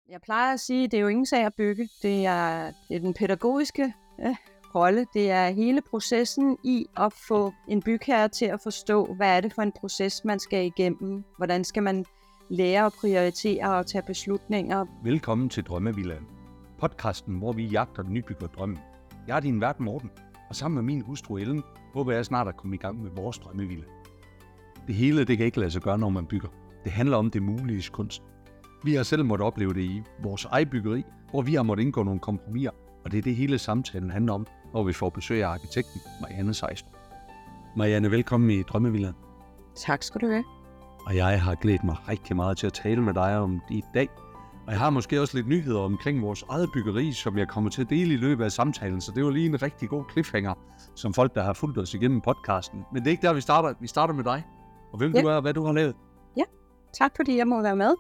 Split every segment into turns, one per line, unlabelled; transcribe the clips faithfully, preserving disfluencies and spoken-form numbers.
Jeg plejer at sige, at det er jo ingen sag at bygge. Det er, det er den pædagogiske øh, rolle. Det er hele processen i at få en bygherre til at forstå, hvad er det for en proces, man skal igennem. Hvordan skal man lære at prioritere og tage beslutninger.
Velkommen til Drømmevillaen. Podcasten, hvor vi jagter den nybygger drømmen. Jeg er din vært Morten, og sammen med min hustru Ellen, håber jeg snart at komme i gang med vores drømmevilla. Det hele det kan ikke lade sig gøre, når man bygger. Det handler om det muliges kunst. Vi har selv måttet opleve det i vores eget byggeri, hvor vi har måttet indgå nogle kompromiser, og det er det hele samtalen handler om, når vi får besøg af arkitekten Marianne Sejstrup. Marianne, velkommen i Drømmevillaen.
Tak skal du have.
Og jeg har glædet mig rigtig meget til at tale med dig om det i dag. Og jeg har måske også lidt nyheder omkring vores eget byggeri, som jeg kommer til at dele i løbet af samtalen, så det var lige en rigtig god cliffhanger, som folk, der har fulgt os igennem podcasten. Men det er ikke der, vi starter. Vi starter med dig, og hvem ja. du er, og hvad du har lavet.
Ja, tak fordi jeg må være med.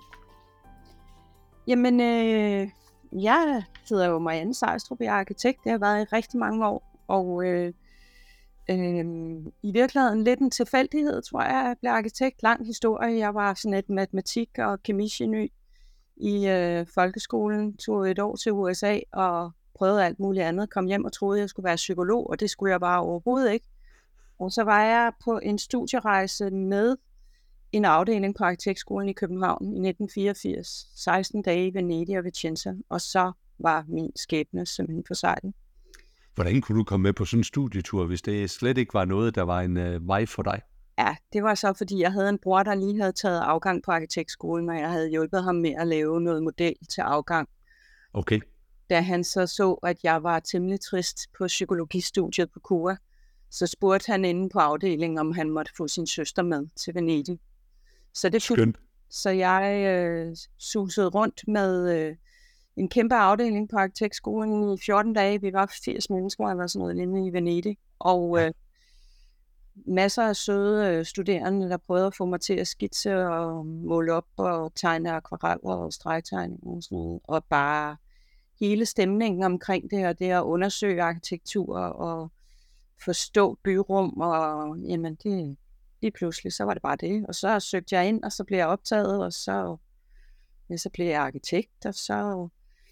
Jamen, øh, jeg hedder jo Marianne Sejstrup, jeg er arkitekt. Det har været i rigtig mange år, og øh, øh, i virkeligheden lidt en tilfældighed, tror jeg, jeg blev arkitekt. Lang historie. Jeg var sådan et matematik- og kemigeni i øh, folkeskolen, tog et år til U S A og prøvede alt muligt andet. Kom hjem og troede, at jeg skulle være psykolog, og det skulle jeg bare overhovedet ikke. Og så var jeg på en studierejse med en afdeling på Arkitektskolen i København i nitten fireogfirs. seksten dage i Venedig og Vicenza, og så var min skæbne simpelthen forsejlet.
Hvordan kunne du komme med på sådan en studietur, hvis det slet ikke var noget, der var en øh, vej for dig?
Ja, det var så, fordi jeg havde en bror, der lige havde taget afgang på Arkitektskolen, og jeg havde hjulpet ham med at lave noget model til afgang.
Okay.
Da han så så, at jeg var temmelig trist på psykologistudiet på K U A, så spurgte han inde på afdelingen, om han måtte få sin søster med til Venedig. Så det
Skønt.
Så jeg øh, susede rundt med øh, en kæmpe afdeling på Arkitektskolen i fjorten dage. Vi var firs mennesker, og jeg var sådan noget inde i Venedig. Og øh, masser af søde øh, studerende, der prøvede at få mig til at skitse og måle op og tegne akvareller og stregtegninger og sådan noget. Og bare hele stemningen omkring det, og det at undersøge arkitektur og forstå byrum. Og jamen, det lige pludselig, så var det bare det. Og så søgte jeg ind, og så blev jeg optaget, og så, ja, så blev jeg arkitekt, og så,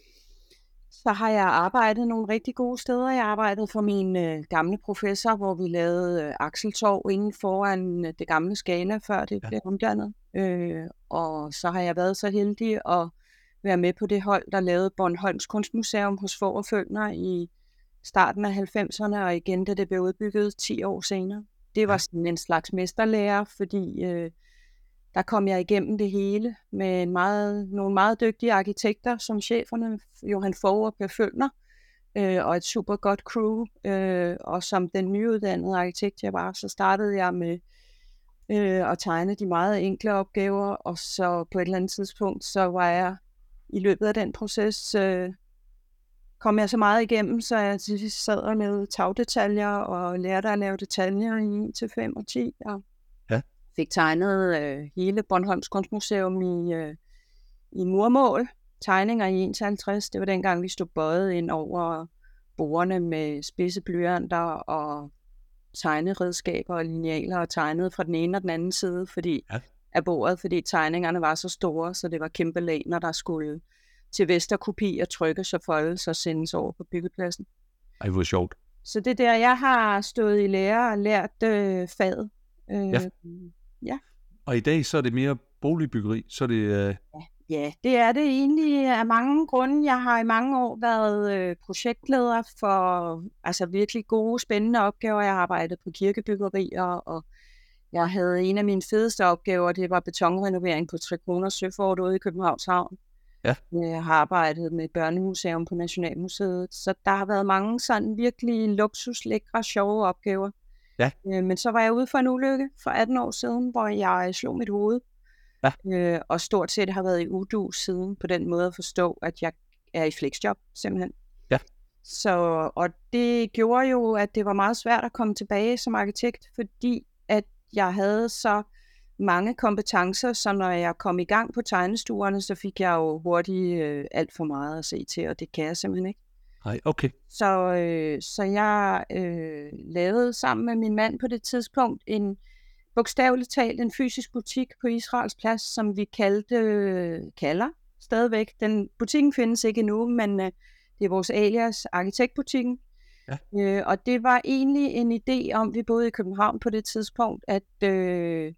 så har jeg arbejdet nogle rigtig gode steder. Jeg arbejdede for min øh, gamle professor, hvor vi lavede øh, Akseltorv inden foran øh, det gamle Skala, før det ja. blev omdannet. Øh, og så har jeg været så heldig at være med på det hold, der lavede Bornholms Kunstmuseum hos Fogh og Følner i starten af halvfemserne, og igen, da det blev udbygget ti år senere. Det var sådan en slags mesterlærer, fordi øh, der kom jeg igennem det hele med en meget, nogle meget dygtige arkitekter som cheferne, Johan Fogh og Per Følner, øh, og et super godt crew. Øh, og som den nyuddannede arkitekt jeg var, så startede jeg med øh, at tegne de meget enkle opgaver, og så på et eller andet tidspunkt, så var jeg i løbet af den proces, øh, kom jeg så meget igennem, så jeg sad og lavede tagdetaljer og lærte at lave detaljer i en til fem og ti. Og
ja.
Fik tegnet øh, hele Bornholms Kunstmuseum i, øh, i murmål. Tegninger i en til halvtreds. Det var dengang, vi stod bøjet ind over bordene med spidse blyanter og tegneredskaber og linealer og tegnede fra den ene og den anden side fordi, ja. af bordet, fordi tegningerne var så store, så det var kæmpe laner, der skulle til Vesterkopi og trykkes og foldes og sendes over på byggepladsen.
Ej, hvor sjovt.
Så det der, jeg har stået i lære og lært øh, faget. Øh,
ja.
ja.
Og i dag så er det mere boligbyggeri, så er det... Øh...
Ja, ja, det er det egentlig af mange grunde. Jeg har i mange år været øh, projektleder for altså virkelig gode, spændende opgaver. Jeg har arbejdet på kirkebyggerier, og jeg havde en af mine fedeste opgaver, det var betonrenovering på Tre Kroners Søfort ude i Københavns Havn.
Ja.
Jeg har arbejdet med Børnemuseum på Nationalmuseet, så der har været mange sådan virkelig luksus, lækre, sjove opgaver.
Ja.
Men så var jeg ude for en ulykke for atten år siden, hvor jeg slog mit hoved, ja. og stort set har været i udu siden på den måde at forstå, at jeg er i flexjob simpelthen.
Ja.
Så, og det gjorde jo, at det var meget svært at komme tilbage som arkitekt, fordi at jeg havde så mange kompetencer, så når jeg kom i gang på tegnestuerne, så fik jeg jo hurtigt øh, alt for meget at se til, og det kan jeg simpelthen ikke.
Nej, okay.
Så, øh, så jeg øh, lavede sammen med min mand på det tidspunkt en bogstaveligt talt en fysisk butik på Israels Plads, som vi kaldte, kalder stadigvæk. Den butikken findes ikke endnu, men øh, det er vores alias Arkitektbutikken.
Ja.
Øh, og det var egentlig en idé om, vi boede i København på det tidspunkt, at øh,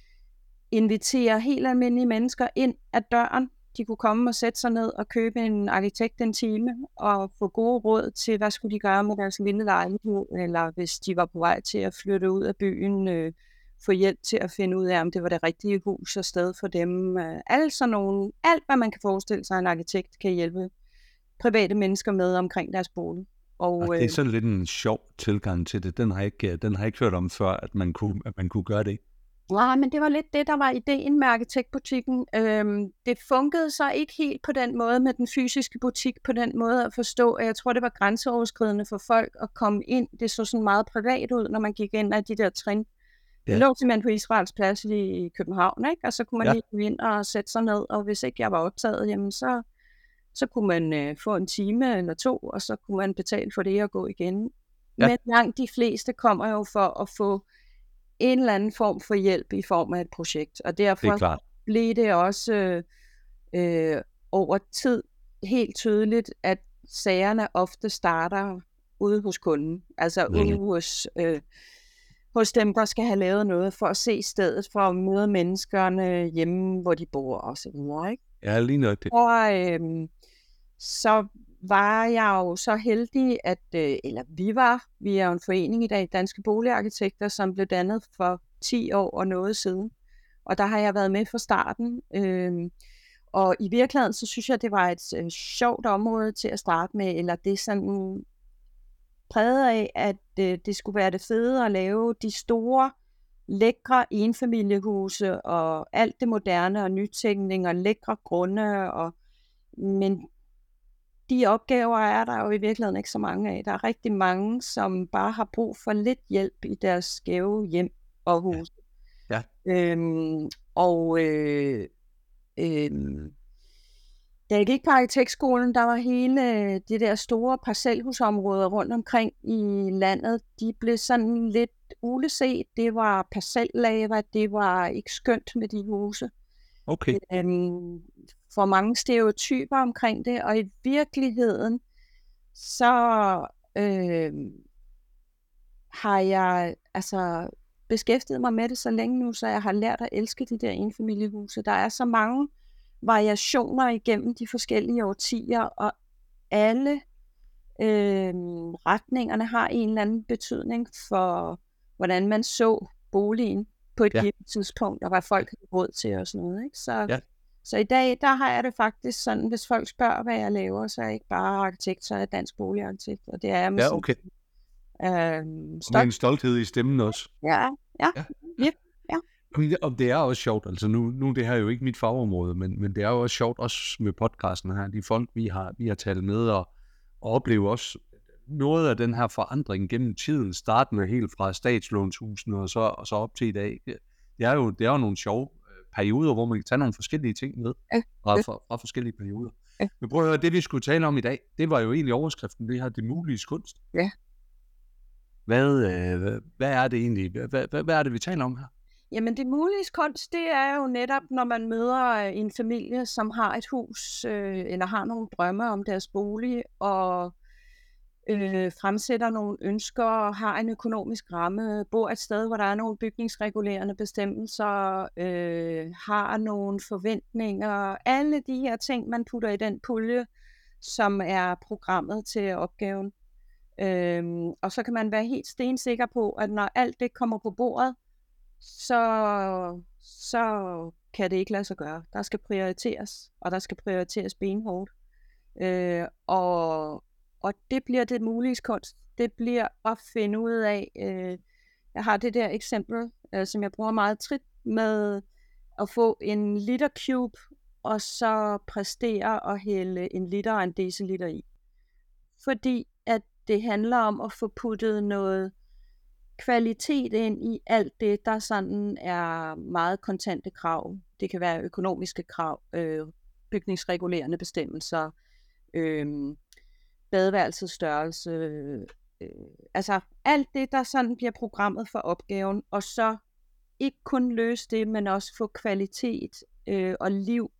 invitere helt almindelige mennesker ind ad døren. De kunne komme og sætte sig ned og købe en arkitekt en time, og få gode råd til, hvad skulle de gøre med deres lille lejlighed, eller hvis de var på vej til at flytte ud af byen, øh, få hjælp til at finde ud af, om det var det rigtige hus og sted for dem. Øh, alt sådan nogle, alt hvad man kan forestille sig, en arkitekt kan hjælpe private mennesker med omkring deres bolig. Og,
og det er sådan lidt en sjov tilgang til det. Den har jeg ikke, den har jeg ikke hørt om før, at man kunne, at man kunne gøre det.
Nej, men det var lidt det, der var ideen med Arkitektbutikken. Øhm, det fungerede så ikke helt på den måde med den fysiske butik, på den måde at forstå, at jeg tror, det var grænseoverskridende for folk at komme ind. Det så sådan meget privat ud, når man gik ind af de der trin. Ja. Det lå simpelthen på Israels Plads i København, ikke? Og så kunne man ja. lige gå ind og sætte sig ned, og hvis ikke jeg var optaget, jamen så, så kunne man øh, få en time eller to, og så kunne man betale for det og gå igen. Ja. Men langt de fleste kommer jo for at få en eller anden form for hjælp i form af et projekt. Og derfor det blev det også øh, øh, over tid helt tydeligt, at sagerne ofte starter ude hos kunden. Altså mm. ude hos, øh, hos dem, der skal have lavet noget for at se stedet, for at møde menneskerne hjemme, hvor de bor og så videre. Ikke?
Ja, lige nok det.
Og øh, så var jeg jo så heldig, at, øh, eller vi var, vi er jo en forening i dag, Danske Boligarkitekter, som blev dannet for ti år og noget siden. Og der har jeg været med fra starten. Øh, og i virkeligheden, så synes jeg, det var et øh, sjovt område til at starte med, eller det er sådan præget af, at øh, det skulle være det fede at lave de store, lækre enfamiliehuse, og alt det moderne og nytænkning, og lækre grunde, og men de opgaver er der jo i virkeligheden ikke så mange af. Der er rigtig mange, som bare har brug for lidt hjælp i deres skæve hjem og hus.
Ja. Ja.
Øhm, og øh, øh, da jeg gik på arkitektskolen, der var hele det der store parcelhusområder rundt omkring i landet, de blev sådan lidt uleset. Det var parcellava, det var ikke skønt med de huse.
Okay.
Øhm, for mange stereotyper omkring det, og i virkeligheden, så øh, har jeg altså beskæftiget mig med det så længe nu, så jeg har lært at elske de der enfamiliehuse. Der er så mange variationer igennem de forskellige årtier, og alle øh, retningerne har en eller anden betydning for, hvordan man så boligen på et ja. givet tidspunkt, og hvad folk havde råd til og sådan noget. Ikke? Så, ja. så i dag, der har jeg det faktisk sådan, hvis folk spørger, hvad jeg laver, så er jeg ikke bare arkitekt, så er jeg dansk boligarkitekt, og det er jeg med,
ja, okay.
sådan, øh,
med en stolthed i stemmen også.
Ja, ja, ja. ja. ja.
Og det er også sjovt, altså nu, nu det her er jo ikke mit fagområde, men, men det er jo også sjovt, også med podcasten her, de folk, vi har, vi har talt med, og, og opleve også noget af den her forandring gennem tiden, startende helt fra statslånshusene og så, og så op til i dag. Det er jo, det er jo nogle sjove perioder, hvor man kan tage nogle forskellige ting med fra, fra, fra forskellige perioder. Ja. Men prøv at høre, det vi skulle tale om i dag, det var jo egentlig overskriften, det her det mulige kunst.
Ja.
Hvad, øh, hvad er det egentlig? Hvad, hvad, hvad er det, vi taler om her?
Jamen det mulige kunst, det er jo netop, når man møder en familie, som har et hus, øh, eller har nogle drømme om deres bolig, og øh, fremsætter nogle ønsker, har en økonomisk ramme, bor et sted, hvor der er nogle bygningsregulerende bestemmelser, øh, har nogle forventninger, alle de her ting, man putter i den pulje, som er programmet til opgaven. Øhm, og så kan man være helt stensikker på, at når alt det kommer på bordet, så, så kan det ikke lade sig gøre. Der skal prioriteres, og der skal prioriteres benhårdt. Øh, og, og det bliver det mulige kunst. Det bliver at finde ud af, øh, jeg har det der eksempel, øh, som jeg bruger meget tit med at få en liter cube, og så præstere at hælde en liter og en deciliter i. Fordi at det handler om at få puttet noget kvalitet ind i alt det, der sådan er meget kontante krav. Det kan være økonomiske krav, øh, bygningsregulerende bestemmelser, øh, badeværelsets størrelse, øh, altså alt det, der sådan bliver programmet for opgaven, og så ikke kun løse det, men også få kvalitet øh, og liv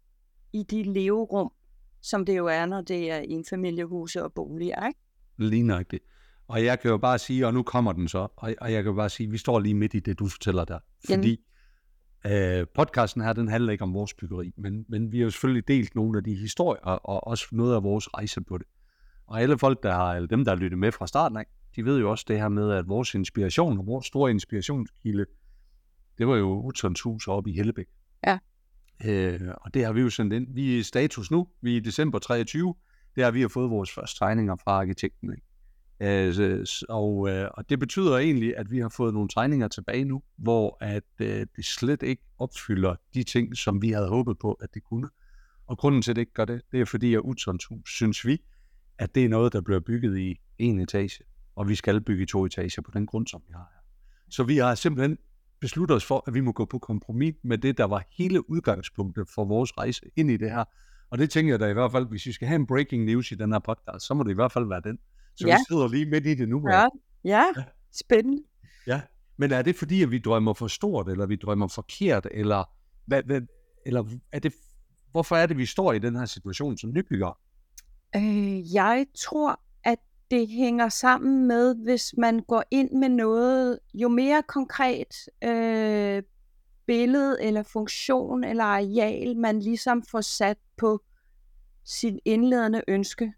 i de leverum, som det jo er, når det er en familiehuse og boliger, ikke?
Lige nøjagtigt. Og jeg kan jo bare sige, og nu kommer den så, og, og jeg kan jo bare sige, vi står lige midt i det, du fortæller der. Fordi øh, podcasten her, den handler ikke om vores byggeri, men, men vi har jo selvfølgelig delt nogle af de historier, og også noget af vores rejse på det. Og alle folk, der har, eller dem, der har lyttet med fra starten af, de ved jo også det her med, at vores inspiration, og vores store inspirationskilde, det var jo Utzons hus oppe i Hellebæk.
Ja.
Øh, og det har vi jo sendt ind. Vi er i status nu, vi er i december treogtyve, det har vi har fået vores første tegninger fra arkitekten, ikke? Øh, og, øh, og det betyder egentlig, at vi har fået nogle tegninger tilbage nu, hvor at øh, det slet ikke opfylder de ting, som vi havde håbet på, at det kunne. Og grunden til, at det ikke gør det, det er fordi, at Utzons hus, synes vi, at det er noget, der bliver bygget i en etage, og vi skal bygge i to etager på den grund, som vi har her. Så vi har simpelthen besluttet os for, at vi må gå på kompromis med det, der var hele udgangspunktet for vores rejse ind i det her. Og det tænker jeg da i hvert fald, hvis vi skal have en breaking news i den her podcast, så må det i hvert fald være den. Så ja. Vi sidder lige midt i det nu.
Ja, ja. Spændende.
Ja, men er det fordi, at vi drømmer for stort, eller vi drømmer forkert, eller, hvad, hvad, eller er det, hvorfor er det, vi står i den her situation som nybyggere?
Øh, jeg tror, at det hænger sammen med, hvis man går ind med noget, jo mere konkret øh, billede, eller funktion, eller areal, man ligesom får sat på sin indledende ønske,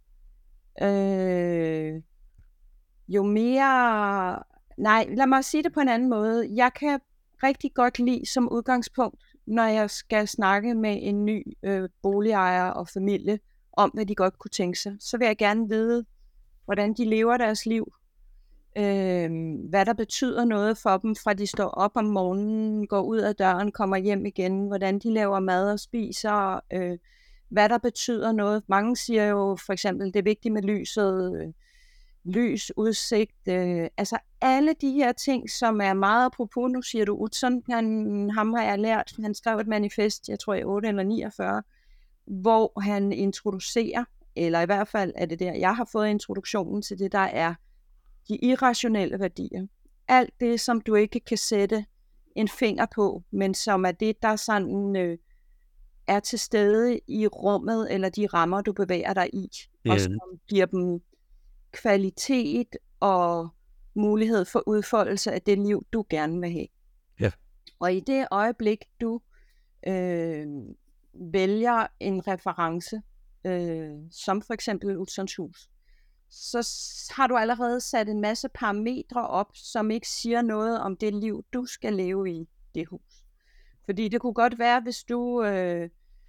Øh, jo mere, nej, lad mig sige det på en anden måde. Jeg kan rigtig godt lide som udgangspunkt, når jeg skal snakke med en ny øh, boligejer og familie om, hvad de godt kunne tænke sig. Så vil jeg gerne vide, hvordan de lever deres liv. Øh, hvad der betyder noget for dem, fra de står op om morgenen, går ud af døren, kommer hjem igen. Hvordan de laver mad og spiser. Øh, hvad der betyder noget. Mange siger jo for eksempel, det er vigtigt med lyset, øh, lys, udsigt, øh, altså alle de her ting, som er meget apropos. Nu siger du Utzon, han, ham har jeg lært, han skrev et manifest, jeg tror i otte eller niogfyrre, hvor han introducerer, eller i hvert fald er det der, jeg har fået introduktionen til det, der er de irrationelle værdier. Alt det, som du ikke kan sætte en finger på, men som er det, der sådan øh, er til stede i rummet, eller de rammer, du bevæger dig i, yeah. Og som giver dem kvalitet og mulighed for udfoldelse af det liv, du gerne vil have.
Yeah.
Og i det øjeblik, du øh, vælger en reference, øh, som for eksempel Utzons hus, så har du allerede sat en masse parametre op, som ikke siger noget om det liv, du skal leve i det hus. Fordi det kunne godt være, hvis du øh,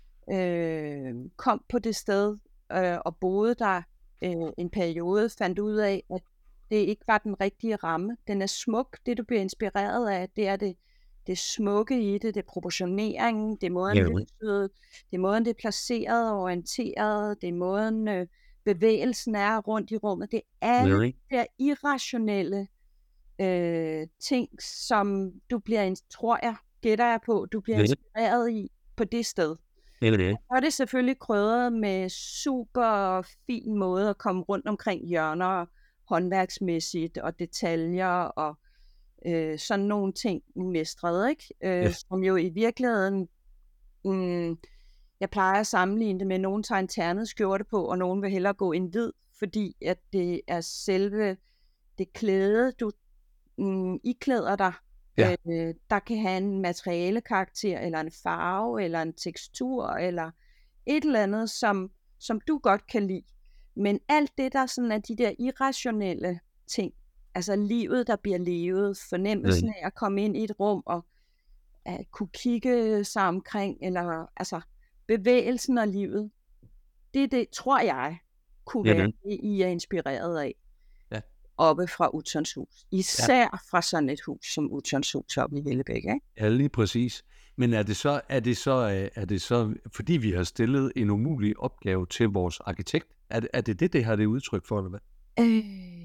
øh, kom på det sted øh, og boede der øh, en periode, fandt ud af, at det ikke var den rigtige ramme. Den er smuk. Det, du bliver inspireret af, det er det, det smukke i det, det er proportioneringen, det er måden, yeah. det, det er måden, det er placeret og orienteret, det er måden, øh, bevægelsen er rundt i rummet. Det er alle really? de der irrationelle øh, ting, som du bliver, tror jeg, gætter jeg på, du bliver really? inspireret i på det sted.
Really?
Og er det selvfølgelig krydret med super fin måde at komme rundt omkring hjørner, håndværksmæssigt og detaljer og øh, sådan nogle ting mestret, ikke? Øh, yes. Som jo i virkeligheden, mm, jeg plejer at sammenligne det med, at nogen tager en ternet skjorte på, og nogen vil hellere gå en hvid, fordi at det er selve det klæde, du mm, iklæder dig, ja. øh, der kan have en materialekarakter, eller en farve, eller en tekstur, eller et eller andet, som, som du godt kan lide. Men alt det, der sådan er de der irrationelle ting, altså livet, der bliver levet, fornemmelsen af at komme ind i et rum, og at kunne kigge sig omkring, eller altså bevægelsen og livet, det, det tror jeg, kunne ja, være det, I er inspireret af, ja. Oppe fra Utzons hus. Især ja. Fra sådan et hus, som Utzons hus oppe i Hellebæk, ikke?
Ja, lige præcis. Men er det så, er det så, er det så fordi vi har stillet en umulig opgave til vores arkitekt? Er det er det, det, det har det udtryk for, eller hvad?
Øh,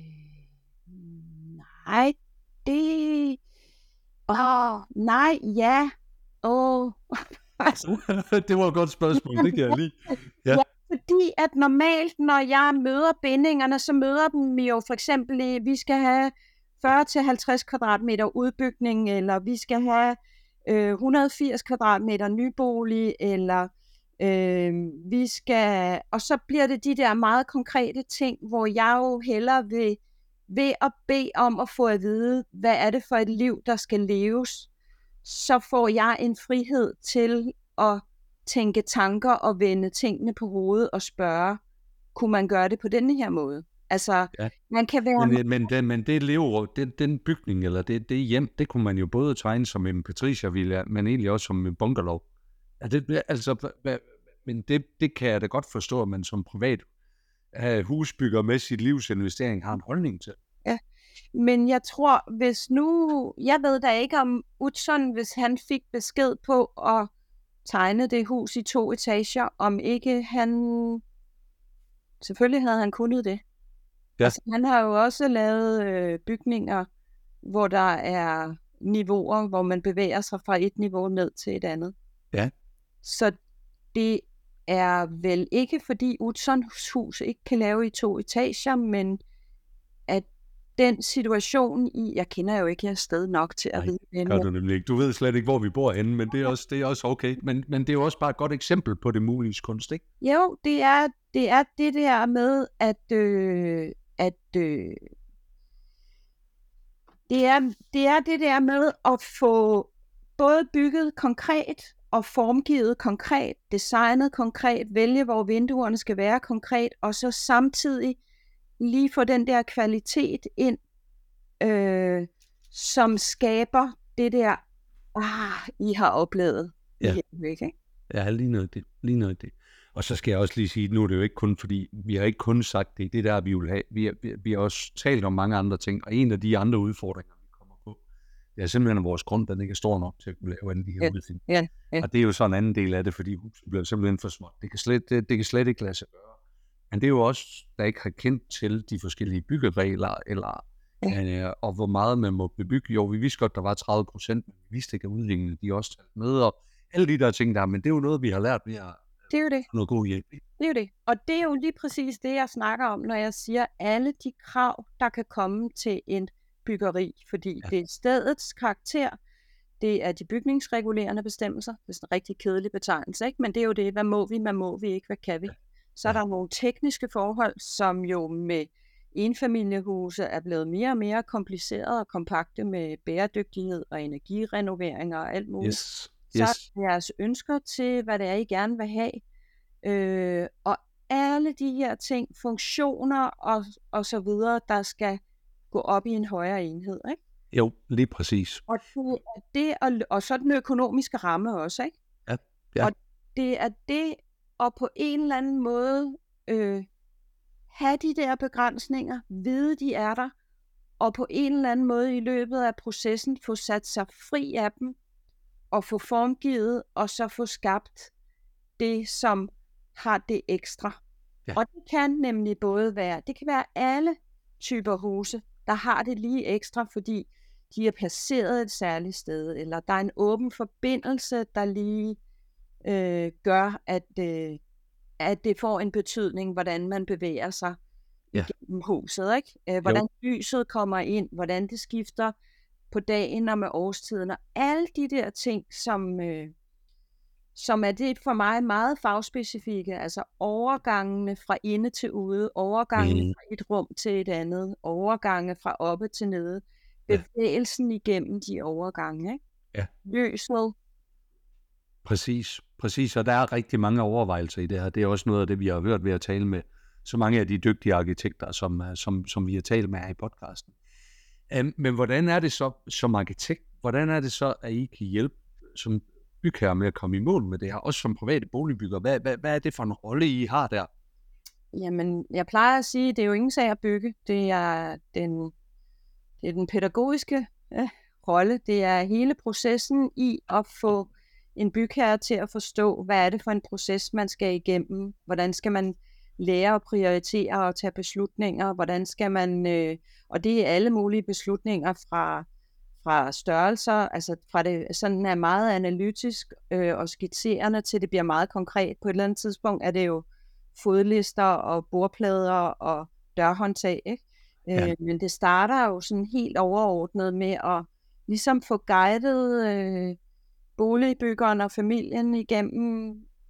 nej, det... Åh, oh, nej, ja. Åh... Oh.
Det var et godt spørgsmål, det kan jeg lide. Ja.
Ja, fordi at normalt, når jeg møder bindingerne, så møder dem jo for eksempel, at vi skal have fyrre til halvtreds kvadratmeter udbygning, eller vi skal have øh, et hundrede og firs kvadratmeter nybolig, eller Øh, vi skal, og så bliver det de der meget konkrete ting, hvor jeg jo hellere vil ved at bede om at få at vide, hvad er det for et liv, der skal leves, så får jeg en frihed til at tænke tanker og vende tingene på hovedet og spørge, kunne man gøre det på denne her måde? Altså,
Ja.
man kan være...
Men, men, den, men det lever, den, den bygning, eller det, det hjem, det kunne man jo både tegne som en Patricia-villa, men egentlig også som en bungalow. Ja, det, altså, men det, det kan jeg da godt forstå, at man som privat uh, husbygger med sit livsinvestering har en holdning til.
Ja, men jeg tror, hvis nu... Jeg ved da ikke om Utzon, hvis han fik besked på at tegne det hus i to etager, om ikke han... Selvfølgelig havde han kunnet det. Ja. Altså, han har jo også lavet øh, bygninger, hvor der er niveauer, hvor man bevæger sig fra et niveau ned til et andet.
Ja.
Så det er vel ikke, fordi Utzons hus ikke kan lave i to etager, men at den situation i... Jeg kender jo ikke jeres sted nok til at
Nej,
vide det.
Nej, du nemlig ikke. Du ved slet ikke, hvor vi bor henne, men det er også, det er også okay. Men, men det er jo også bare et godt eksempel på det mulige kunst, ikke?
Jo, det er det, er det der med, at... Øh, at øh, det, er, det er det der med at få både bygget konkret og formgivet konkret, designet konkret, vælge hvor vinduerne skal være konkret, og så samtidig lige få den der kvalitet ind, øh, som skaber det der, ah, I har oplevet.
Ja,
I ikke?
Ja, lige noget det, lige noget det. Og så skal jeg også lige sige, nu er det jo ikke kun fordi, vi har ikke kun sagt det, det der vi vil have. Vi har, vi, vi har også talt om mange andre ting, og en af de andre udfordringer, vi kommer på, det er simpelthen, at vores grund, den ikke er stor nok til at kunne lave alle de her
ja,
udfinding.
Ja, ja.
Og det er jo så en anden del af det, fordi huset bliver simpelthen for småt. Det kan slet, det, det kan slet ikke lade sig gøre. Men det er jo også, der ikke har kendt til de forskellige byggeregler, eller, ja. øh, og hvor meget man må bebygge. Jo, vi vidste godt, der var tredive procent, men vi vidste ikke, at udviklingen de også talte med, og alle de der ting der, men det er jo noget, vi har lært ved at
det er jo det.
noget god hjælp.
Det er jo det. Og det er jo lige præcis det, jeg snakker om, når jeg siger alle de krav, der kan komme til en byggeri. Fordi ja. Det er stedets karakter, det er de bygningsregulerende bestemmelser. Det er en rigtig kedelig betegnelse, ikke? Men det er jo det, hvad må vi, hvad må vi ikke, hvad kan vi? Så er der nogle tekniske forhold, som jo med enfamiliehuse er blevet mere og mere kompliceret og kompakte med bæredygtighed og energirenoveringer og alt muligt.
Yes.
Så yes. er jeres ønsker til, hvad det er, I gerne vil have. Øh, og alle de her ting, funktioner og, og så videre, der skal gå op i en højere enhed, ikke?
Jo, lige præcis.
Og det er det, og, og så den økonomiske ramme også, ikke?
Ja, ja.
Og det er det, og på en eller anden måde øh, have de der begrænsninger, vide de er der, og på en eller anden måde i løbet af processen få sat sig fri af dem, og få formgivet, og så få skabt det, som har det ekstra. Ja. Og det kan nemlig både være, det kan være alle typer huse, der har det lige ekstra, fordi de er placeret et særligt sted, eller der er en åben forbindelse, der lige øh, gør, at, øh, at det får en betydning, hvordan man bevæger sig ja. Igennem huset, ikke? Øh, hvordan jo. Lyset kommer ind, hvordan det skifter på dagen og med årstiden, og alle de der ting, som, øh, som er det for mig meget fagspecifikke, altså overgangene fra inde til ude, overgangene mm. fra et rum til et andet, overgange fra oppe til nede, bevægelsen ja. Igennem de overgange, ikke?
Ja.
Lyset.
Præcis, præcis, og der er rigtig mange overvejelser i det her. Det er også noget af det, vi har hørt ved at tale med så mange af de dygtige arkitekter, som, som, som vi har talt med her i podcasten. Um, men hvordan er det så som arkitekt, hvordan er det så, at I kan hjælpe som bygherre med at komme i mål med det her, også som private boligbygger? Hvad, hvad, hvad er det for en rolle, I har der?
Jamen, jeg plejer at sige, det er jo ingen sag at bygge. Det er den, det er den pædagogiske ja, rolle. Det er hele processen i at få en bygherre til at forstå, hvad er det for en proces, man skal igennem? Hvordan skal man lære at prioritere og tage beslutninger? Hvordan skal man... Øh, og det er alle mulige beslutninger fra, fra størrelser, altså fra det sådan er meget analytisk øh, og skitserende, til det bliver meget konkret. På et eller andet tidspunkt er det jo fodlister og bordplader og dørhåndtag, ikke? Ja. Øh, men det starter jo sådan helt overordnet med at ligesom få guidet øh, boligbyggeren og familien igennem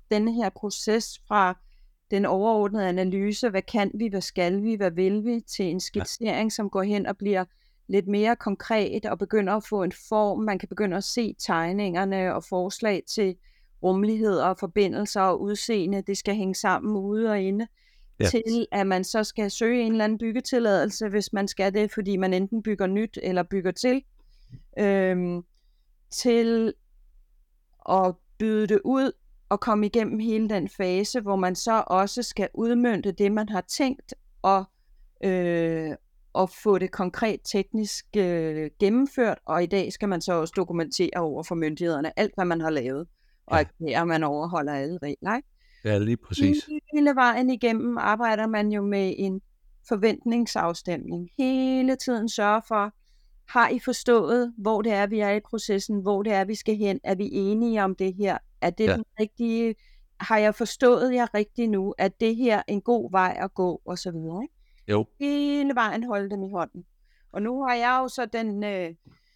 denne her proces fra den overordnede analyse, hvad kan vi, hvad skal vi, hvad vil vi, til en skitsering, som går hen og bliver lidt mere konkret og begynder at få en form. Man kan begynde at se tegningerne og forslag til rummeligheder og forbindelser og udseende. Det skal hænge sammen ude og inde. Ja. Til at man så skal søge en eller anden byggetilladelse, hvis man skal det, fordi man enten bygger nyt eller bygger til. Øhm, til at byde det ud og komme igennem hele den fase, hvor man så også skal udmønte det, man har tænkt, og, øh, og få det konkret teknisk øh, gennemført, og i dag skal man så også dokumentere over for myndighederne alt, hvad man har lavet, og ja. At man overholder alle regler. Ikke?
Ja, lige præcis.
Hele vejen igennem arbejder man jo med en forventningsafstemning. Hele tiden sørger for, har I forstået, hvor det er, vi er i processen, hvor det er, vi skal hen? Er vi enige om det her? Er det ja. Den rigtige? Har jeg forstået jer rigtigt nu? Er det her en god vej at gå? Og så videre. Ikke?
Jo.
Hele vejen holde dem i hånden. Og nu har jeg jo så den øh,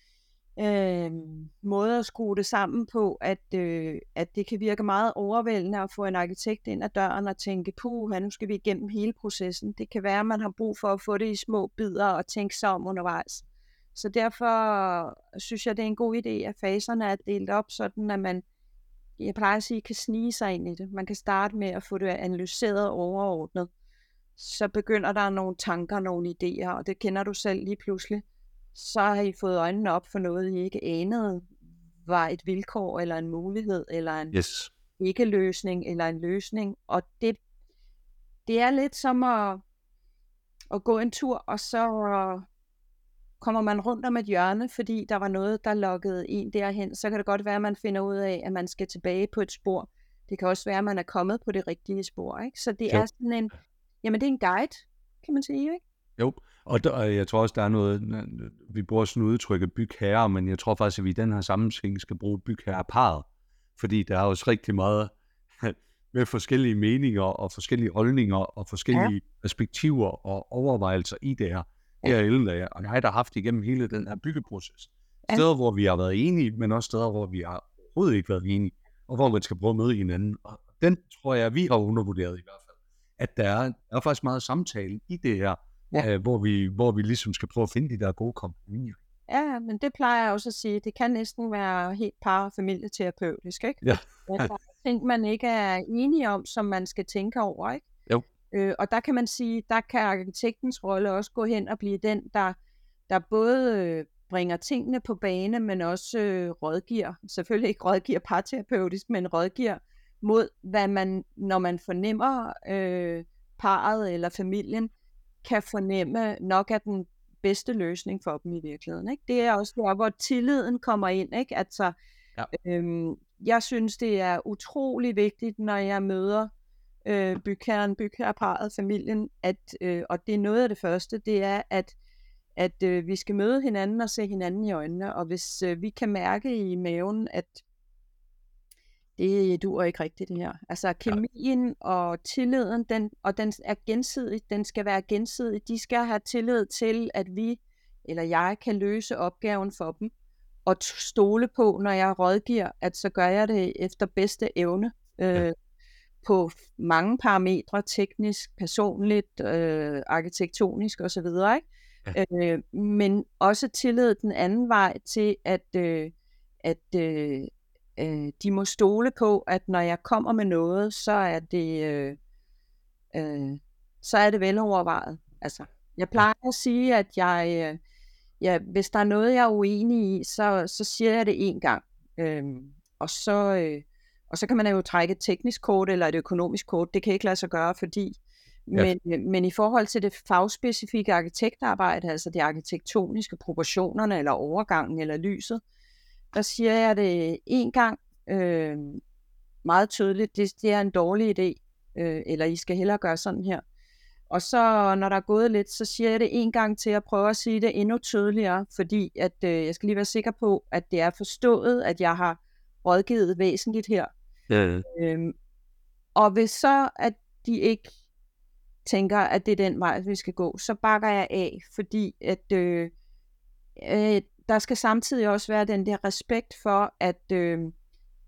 øh, måde at skrue det sammen på, at, øh, at det kan virke meget overvældende at få en arkitekt ind ad døren og tænke, puh, nu skal vi igennem hele processen. Det kan være, at man har brug for at få det i små bidder og tænke sig om undervejs. Så derfor synes jeg, det er en god idé, at faserne er delt op, sådan at man, jeg plejer at sige, kan snige sig ind i det. Man kan starte med at få det analyseret overordnet. Så begynder der nogle tanker, nogle idéer, og det kender du selv lige pludselig. Så har I fået øjnene op for noget, I ikke anede, var et vilkår, eller en mulighed, eller en
yes.
ikke-løsning, eller en løsning. Og det, det er lidt som at, at gå en tur, og så kommer man rundt om et hjørne, fordi der var noget, der lokkede en derhen, så kan det godt være, at man finder ud af, at man skal tilbage på et spor. Det kan også være, at man er kommet på det rigtige spor. Ikke? Så det jo. er sådan en, jamen det er en guide, kan man sige, ikke?
Jo, og der, jeg tror også, der er noget, vi bruger sådan udtrykket bygherre, men jeg tror faktisk, at vi i den her sammenhæng skal bruge bygherreparret, fordi der er også rigtig meget med forskellige meninger og forskellige holdninger og forskellige ja. perspektiver og overvejelser i det her. Det er Ellen og jeg, der har haft igennem hele den her byggeproces. Steder, hvor vi har været enige, men også steder, hvor vi har overhovedet ikke været enige, og hvor man skal prøve at møde hinanden. Og den tror jeg, vi har undervurderet i hvert fald, at der er, der er faktisk meget samtale i det her, ja. øh, hvor, vi, hvor vi ligesom skal prøve at finde de der gode kompromiser.
Ja, men det plejer jeg også at sige, det kan næsten være helt par- og familieterapeutisk, ikke?
Ja.
Der er ting, man ikke er enige om, som man skal tænke over, ikke?
Jo.
Øh, og der kan man sige, der kan arkitektens rolle også gå hen og blive den, der, der både øh, bringer tingene på bane, men også øh, rådgiver, selvfølgelig ikke rådgiver parterapeutisk, men rådgiver mod, hvad man, når man fornemmer øh, parret eller familien, kan fornemme nok er den bedste løsning for dem i virkeligheden. Ikke? Det er også der, hvor tilliden kommer ind. Ikke? Altså, ja. øhm, jeg synes, det er utrolig vigtigt, når jeg møder øh, bygherren, bygherreparret, familien, at, øh, og det er noget af det første, det er, at, at øh, vi skal møde hinanden og se hinanden i øjnene, og hvis øh, vi kan mærke i maven, at det duer ikke rigtigt det her. Altså kemien ja. og tilliden, den, og den er gensidig, den skal være gensidig. De skal have tillid til, at vi, eller jeg, kan løse opgaven for dem, og stole på, når jeg rådgiver, at så gør jeg det efter bedste evne, øh, ja. på mange parametre, teknisk, personligt, øh, arkitektonisk osv., ikke? Ja. Øh, men også tillid den anden vej til, at, øh, at øh, de må stole på, at når jeg kommer med noget, så er det øh, øh, så er det velovervejet. Altså, jeg plejer at sige, at jeg, øh, ja, hvis der er noget, jeg er uenig i, så, så siger jeg det en gang. Øhm, og, så, øh, og så kan man jo trække et teknisk kort eller et økonomisk kort. Det kan ikke lade sig gøre, fordi ja. men, men i forhold til det fagspecifikke arkitektarbejde, altså de arkitektoniske proportionerne, eller overgangen, eller lyset, der siger jeg det en gang øh, meget tydeligt, det, det er en dårlig idé, øh, eller I skal hellere gøre sådan her. Og så når der er gået lidt, så siger jeg det en gang til at prøve at sige det endnu tydeligere, fordi at, øh, jeg skal lige være sikker på, at det er forstået, at jeg har rådgivet væsentligt her.
Ja, ja.
Øhm, og hvis så, at de ikke tænker, at det er den vej, vi skal gå, så bakker jeg af, fordi at øh, øh, der skal samtidig også være den der respekt for, at, øh,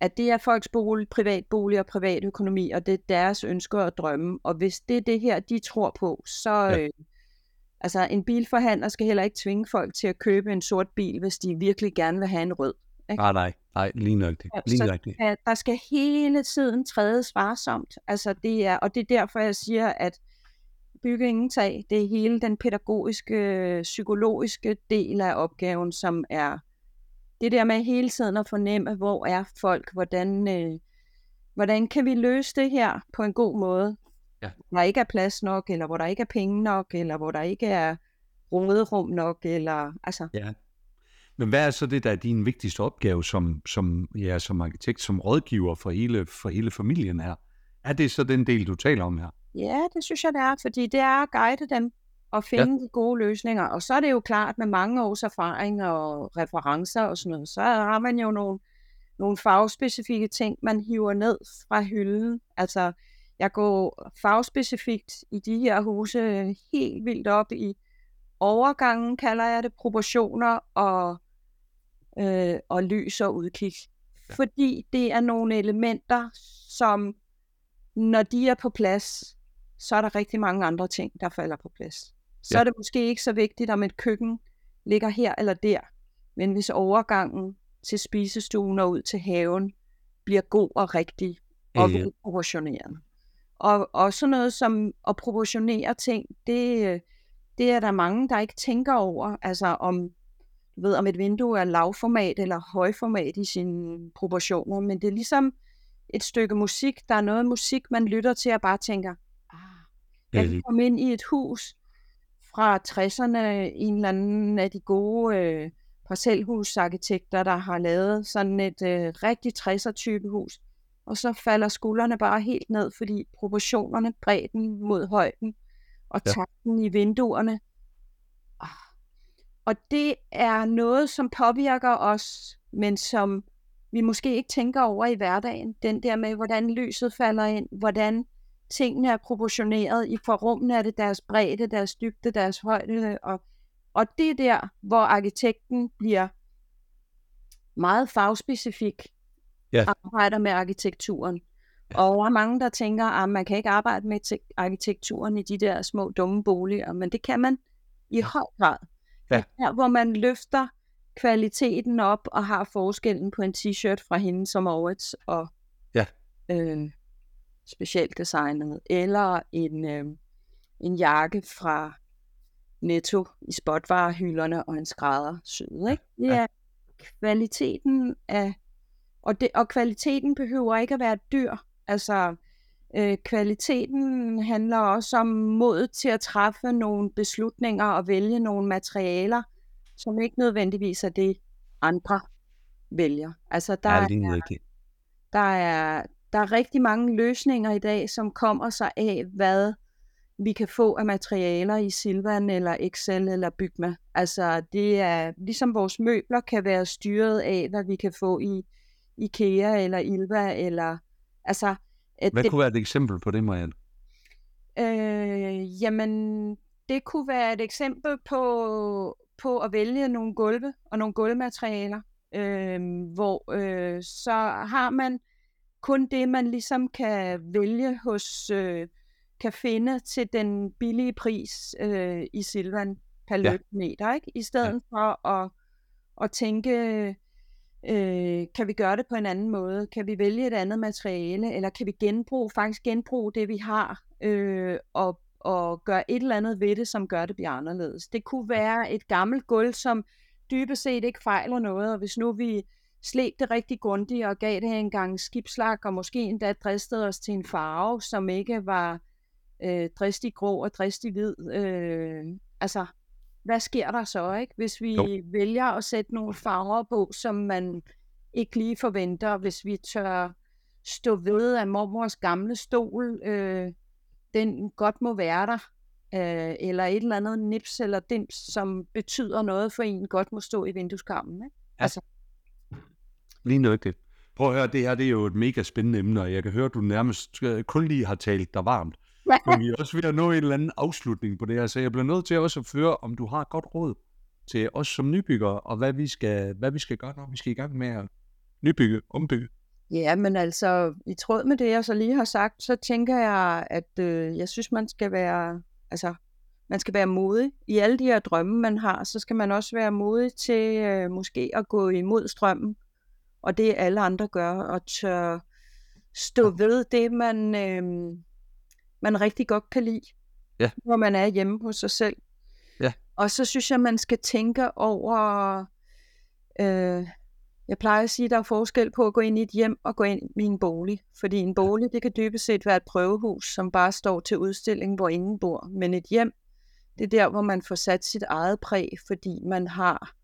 at det er folks bolig, privatbolig og privatøkonomi, og det er deres ønsker og drømme. Og hvis det er det her, de tror på, så...
Ja.
Øh, altså, en bilforhandler skal heller ikke tvinge folk til at købe en sort bil, hvis de virkelig gerne vil have en rød. Ikke?
Nej, nej, nej, lige nøjagtigt. Lige
Så
nøjagtigt.
ja, der skal hele tiden trædes varsomt. Altså, det er, og det er derfor, jeg siger, at bygge ingen tag, det er hele den pædagogiske, psykologiske del af opgaven, som er det der med hele tiden at fornemme, hvor er folk, hvordan, øh, hvordan kan vi løse det her på en god måde,
Ja.
hvor der ikke er plads nok, eller hvor der ikke er penge nok, eller hvor der ikke er råderum nok, eller altså...
Ja. Men hvad er så det, der er din vigtigste opgave som, som, ja, som arkitekt, som rådgiver for hele, for hele familien her? Er det så den del, du taler om her?
Ja, det synes jeg, det er, fordi det er at guide dem og finde ja. de gode løsninger. Og så er det jo klart, med mange års erfaring og referencer og sådan noget, så har man jo nogle, nogle fagspecifikke ting, man hiver ned fra hylden. Altså, jeg går fagspecifikt i de her huse helt vildt op i overgangen, kalder jeg det, proportioner og, øh, og lys og udkig. Ja. Fordi det er nogle elementer, som når de er på plads, så er der rigtig mange andre ting, der falder på plads. Så ja. er det måske ikke så vigtigt, om et køkken ligger her eller der, men hvis overgangen til spisestuen og ud til haven bliver god og rigtig og ja, ja. proportioneret. Og, og sådan noget som at proportionere ting, det, det er der mange, der ikke tænker over, altså om, du ved, om et vindue er lavformat eller højformat i sine proportioner, men det er ligesom et stykke musik, der er noget musik, man lytter til og bare tænker, ah, jeg kan komme ind i et hus fra tresserne, en eller anden af de gode øh, parcelhusarkitekter, der har lavet sådan et øh, rigtig tresser-type hus, og så falder skuldrene bare helt ned, fordi proportionerne, bredden mod højden, og ja. takten i vinduerne. Ah. Og det er noget, som påvirker os, men som vi måske ikke tænker over i hverdagen. Den der med, hvordan lyset falder ind, hvordan tingene er proportioneret. I forrummene er det deres bredde, deres dybde, deres højde. Og, og det er der, hvor arkitekten bliver meget fagspecifik, yeah. arbejder med arkitekturen. Yeah. Og der er mange, der tænker, at man kan ikke arbejde med te- arkitekturen i de der små dumme boliger, men det kan man i høj grad. Yeah. Der, hvor man løfter kvaliteten op og har forskellen på en t-shirt fra hende som Ovets og ja. øh, specielt designet, eller en, øh, en jakke fra Netto i spotvarehylderne og en skræddersyet, ikke? Det er ja. kvaliteten af, og, det, og kvaliteten behøver ikke at være dyr. Altså, øh, kvaliteten handler også om mod til at træffe nogle beslutninger og vælge nogle materialer, som ikke nødvendigvis er det, andre vælger. Altså, der,
ja,
er, der, er, der er rigtig mange løsninger i dag, som kommer sig af, hvad vi kan få af materialer i Silvan eller Excel eller Bygma. Altså, det er ligesom vores møbler kan være styret af, hvad vi kan få i IKEA eller Ilva, eller altså...
Hvad
det,
kunne være et eksempel på det, Marianne?
Øh, jamen, det kunne være et eksempel på... på at vælge nogle gulve og nogle gulvmaterialer, øh, hvor øh, så har man kun det, man ligesom kan vælge hos, øh, kan finde til den billige pris øh, i Silvan per ja. løbmeter, ikke? I stedet ja. for at, at tænke, øh, kan vi gøre det på en anden måde? Kan vi vælge et andet materiale? Eller kan vi genbruge, faktisk genbruge det, vi har, øh, og og gøre et eller andet ved det, som gør det bliver anderledes. Det kunne være et gammelt gulv, som dybest set ikke fejler noget, og hvis nu vi slæbte det rigtig grundigt og gav det en gang skibslak, og måske endda dristede os til en farve, som ikke var øh, dristig grå og dristig hvid. Øh, altså, hvad sker der så, ikke? Hvis vi jo. vælger at sætte nogle farver på, som man ikke lige forventer, hvis vi tør stå ved af mormors gamle stol, øh, den godt må være der, øh, eller et eller andet nips eller dims, som betyder noget for en, godt må stå i vindueskarmen. Ikke?
Ja.
Altså.
Lige nøjagtigt. Prøv at høre, det her det er jo et mega spændende emne, og jeg kan høre, at du nærmest kun lige har talt dig varmt. Men vi er også ved at nå en eller anden afslutning på det her, så jeg bliver nødt til også at føre, om du har et godt råd til os som nybyggere, og hvad vi skal, hvad vi skal gøre, når vi skal i gang med at nybygge, ombygge.
Ja, men altså, i tråd med det, jeg så lige har sagt, så tænker jeg, at øh, jeg synes, man skal være, altså, man skal være modig. I alle de her drømme, man har, så skal man også være modig til øh, måske at gå imod strømmen, og det alle andre gør, og tør stå ved det, man, øh, man rigtig godt kan lide,
Ja.
når man er hjemme hos sig selv.
Ja.
Og så synes jeg, man skal tænke over... Øh, Jeg plejer at sige, at der er forskel på at gå ind i et hjem og gå ind i en bolig. Fordi en bolig, det kan dybest set være et prøvehus, som bare står til udstilling, hvor ingen bor. Men et hjem, det er der, hvor man får sat sit eget præg, fordi man har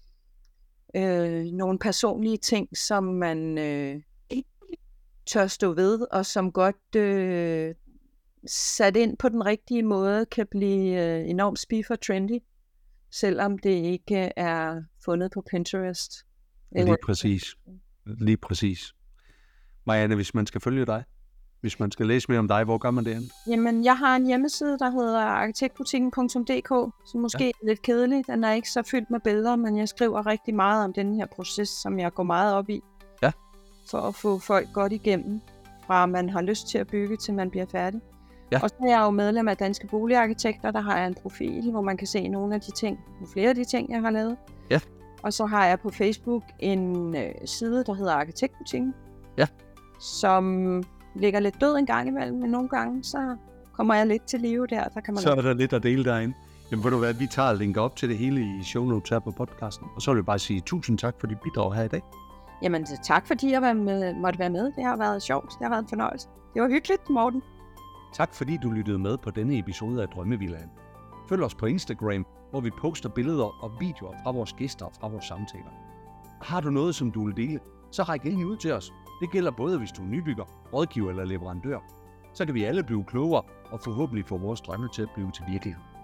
øh, nogle personlige ting, som man øh, tør stå ved, og som godt øh, sat ind på den rigtige måde, kan blive øh, enormt spiff og trendy, selvom det ikke er fundet på Pinterest.
Lige præcis. Lige præcis. Marianne, hvis man skal følge dig, hvis man skal læse mere om dig, hvor gør man det hen?
Jamen, jeg har en hjemmeside, der hedder arkitektbutikken punktum d k, som måske ja. er lidt kedelig. Den er ikke så fyldt med billeder, men jeg skriver rigtig meget om den her proces, som jeg går meget op i.
Ja.
For at få folk godt igennem, fra man har lyst til at bygge, til man bliver færdig.
Ja.
Og så er jeg jo medlem af Danske Boligarkitekter, der har jeg en profil, hvor man kan se nogle af de ting, flere af de ting, jeg har lavet.
Ja.
Og så har jeg på Facebook en øh, side, der hedder Arkitektbutikken.
Ja.
Som ligger lidt død en gang imellem, men nogle gange, så kommer jeg lidt til live der. der kan man
så er der lidt at dele derinde. Jamen ved du hvad, vi tager og linker op til det hele i show notes her på podcasten. Og så vil jeg bare sige tusind tak for dit bidrag her i dag.
Jamen tak fordi jeg var med, måtte være med. Det har været sjovt. Det har været en fornøjelse. Det var hyggeligt, Morten.
Tak fordi du lyttede med på denne episode af Drømmevillaen. Følg os på Instagram, hvor vi poster billeder og videoer fra vores gæster og fra vores samtaler. Har du noget, som du vil dele, så ræk endelig ud til os. Det gælder både, hvis du er nybygger, rådgiver eller leverandør. Så kan vi alle blive klogere og forhåbentlig få vores drømme til at blive til virkelighed.